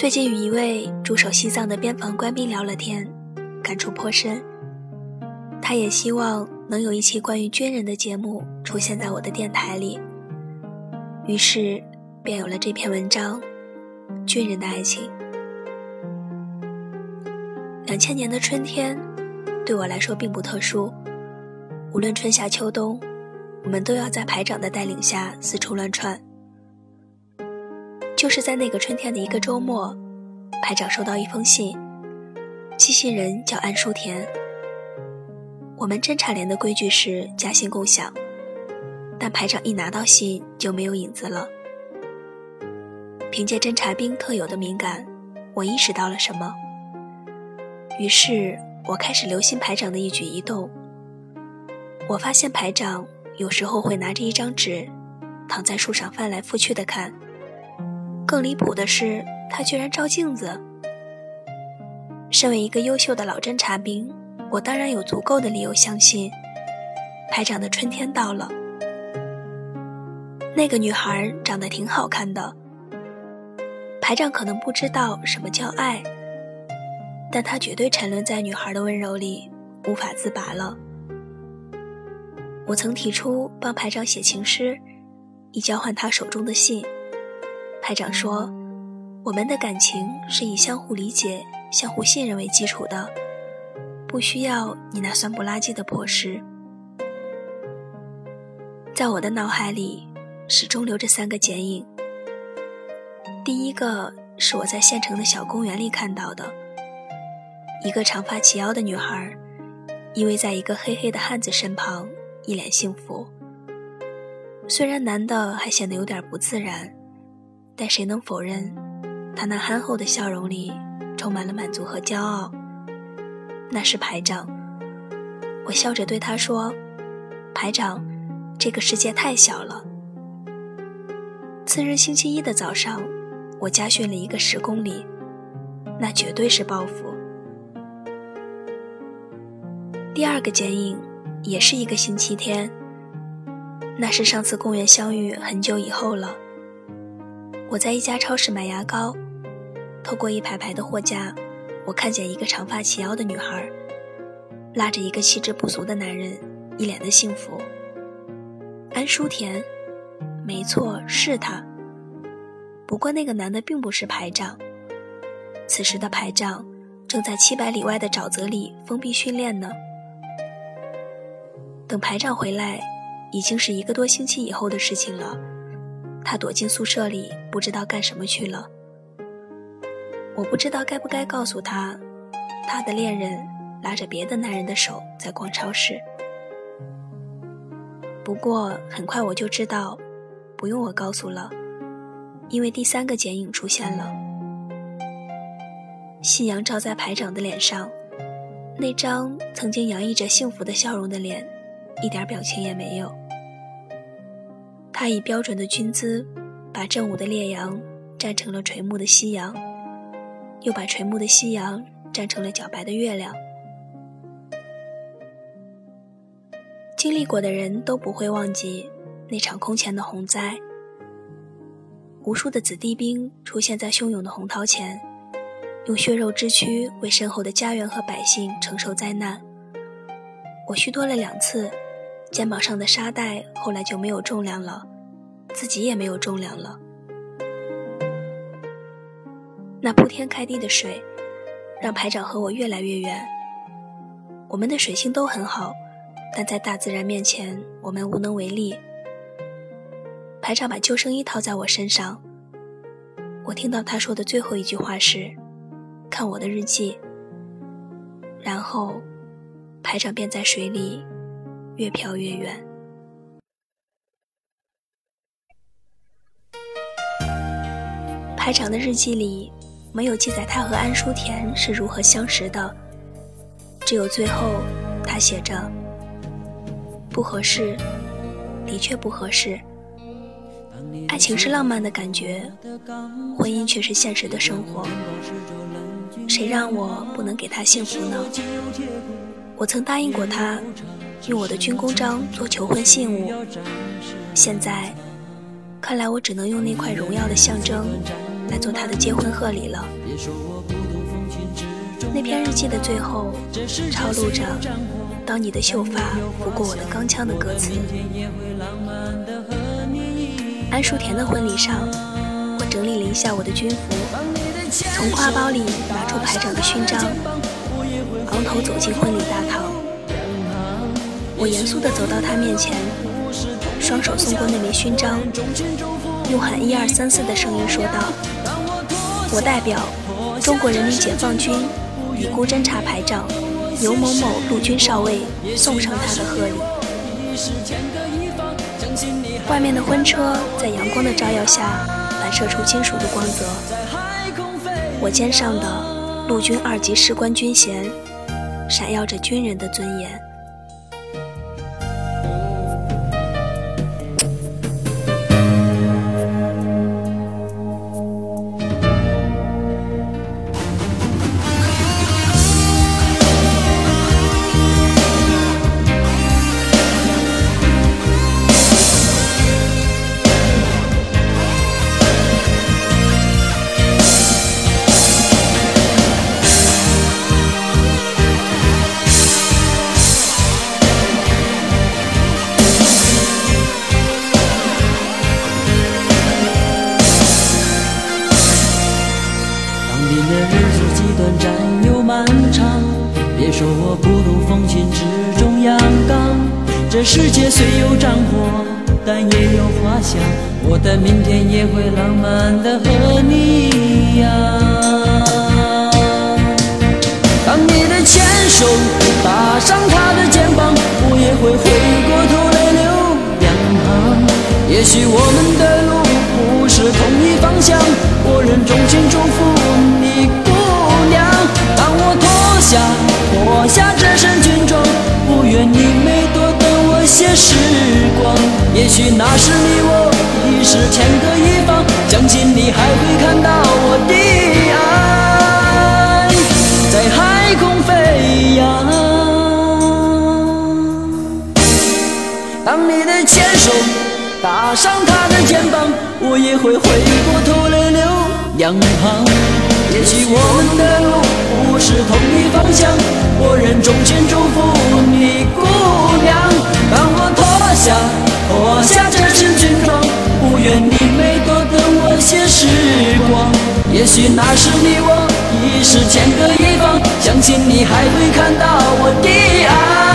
最近与一位驻守西藏的边防官兵聊了天，感触颇深。他也希望能有一期关于军人的节目出现在我的电台里，于是便有了这篇文章《军人的爱情》。2000年的春天对我来说并不特殊，无论春夏秋冬，我们都要在排长的带领下四处乱窜。就是在那个春天的一个周末，排长收到一封信，寄信人叫安书田。我们侦察连的规矩是家信共享，但排长一拿到信就没有影子了。凭借侦察兵特有的敏感，我意识到了什么，于是我开始留心排长的一举一动。我发现排长有时候会拿着一张纸，躺在树上翻来覆去地看。更离谱的是，他居然照镜子。身为一个优秀的老侦察兵，我当然有足够的理由相信，排长的春天到了。那个女孩长得挺好看的，排长可能不知道什么叫爱，但他绝对沉沦在女孩的温柔里，无法自拔了。我曾提出帮排长写情诗，以交换他手中的信。排长说，我们的感情是以相互理解、相互信任为基础的，不需要你那酸不拉几的破事。在我的脑海里始终留着3个剪影。第一个是我在县城的小公园里看到的，一个长发齐腰的女孩依偎在一个黑黑的汉子身旁，一脸幸福。虽然男的还显得有点不自然，但谁能否认他那憨厚的笑容里充满了满足和骄傲。那是排长。我笑着对他说，排长，这个世界太小了。次日星期一的早上，我家训了一个10公里，那绝对是报复。第2个剪影也是一个星期天，那是上次公园相遇很久以后了。我在一家超市买牙膏，透过一排排的货架，我看见一个长发齐腰的女孩拉着一个气质不俗的男人，一脸的幸福。安书田，没错，是他。不过那个男的并不是排长，此时的排长正在700里外的沼泽里封闭训练呢。等排长回来，已经是1个多星期以后的事情了。他躲进宿舍里，不知道干什么去了。我不知道该不该告诉他，他的恋人拉着别的男人的手在逛超市。不过很快我就知道，不用我告诉了，因为第3个剪影出现了。夕阳照在排长的脸上，那张曾经洋溢着幸福的笑容的脸，一点表情也没有。他以标准的军姿，把正午的烈阳站成了垂暮的夕阳，又把垂暮的夕阳站成了皎白的月亮。经历过的人都不会忘记那场空前的洪灾。无数的子弟兵出现在汹涌的洪涛前，用血肉之躯为身后的家园和百姓承受灾难。我虚脱了2次，肩膀上的沙袋后来就没有重量了，自己也没有重量了。那铺天盖地的水让排长和我越来越远。我们的水性都很好，但在大自然面前我们无能为力。排长把救生衣套在我身上，我听到他说的最后一句话是，看我的日记。然后排长便在水里越飘越远。排长的日记里没有记载他和安书田是如何相识的，只有最后他写着，不合适，的确不合适。爱情是浪漫的感觉，婚姻却是现实的生活。谁让我不能给他幸福呢？我曾答应过他，用我的军功章做求婚信物。现在看来我只能用那块荣耀的象征来做他的结婚贺礼了。那篇日记的最后抄录着当你的秀发拂过我的钢枪的歌词。安淑田的婚礼上，我整理了一下我的军服，从挎包里拿出排长的勋章，昂头走进婚礼大堂。我严肃地走到他面前，双手送过那枚勋章，用喊1、2、3、4的声音说道：我代表中国人民解放军尼姑侦察排长牛某某陆军少尉送上他的贺礼。外面的婚车在阳光的照耀下反射出金属的光泽，我肩上的陆军2级士官军衔闪耀着军人的尊严。 别说我不懂风情之中阳刚，这世界虽有战火，但也有花香。我的明天也会浪漫的和你一样。当你的牵手搭上他的肩膀，我也会回过头来流两行。也许我们的路不是同一方向，我仍衷心祝福你姑娘。当我脱下这身军装，不愿你每多等我些时光。也许那时你我已是天各一方，相信你还会看到我的爱在海空飞扬。当你的牵手搭上他的肩膀，我也会回过头来流两行。也许我们的路不是同一方向，我仍衷心祝福你姑娘。当我脱下这身军装，不愿你每多等我些时光。也许那时你我已是天各一方，相信你还会看到我的爱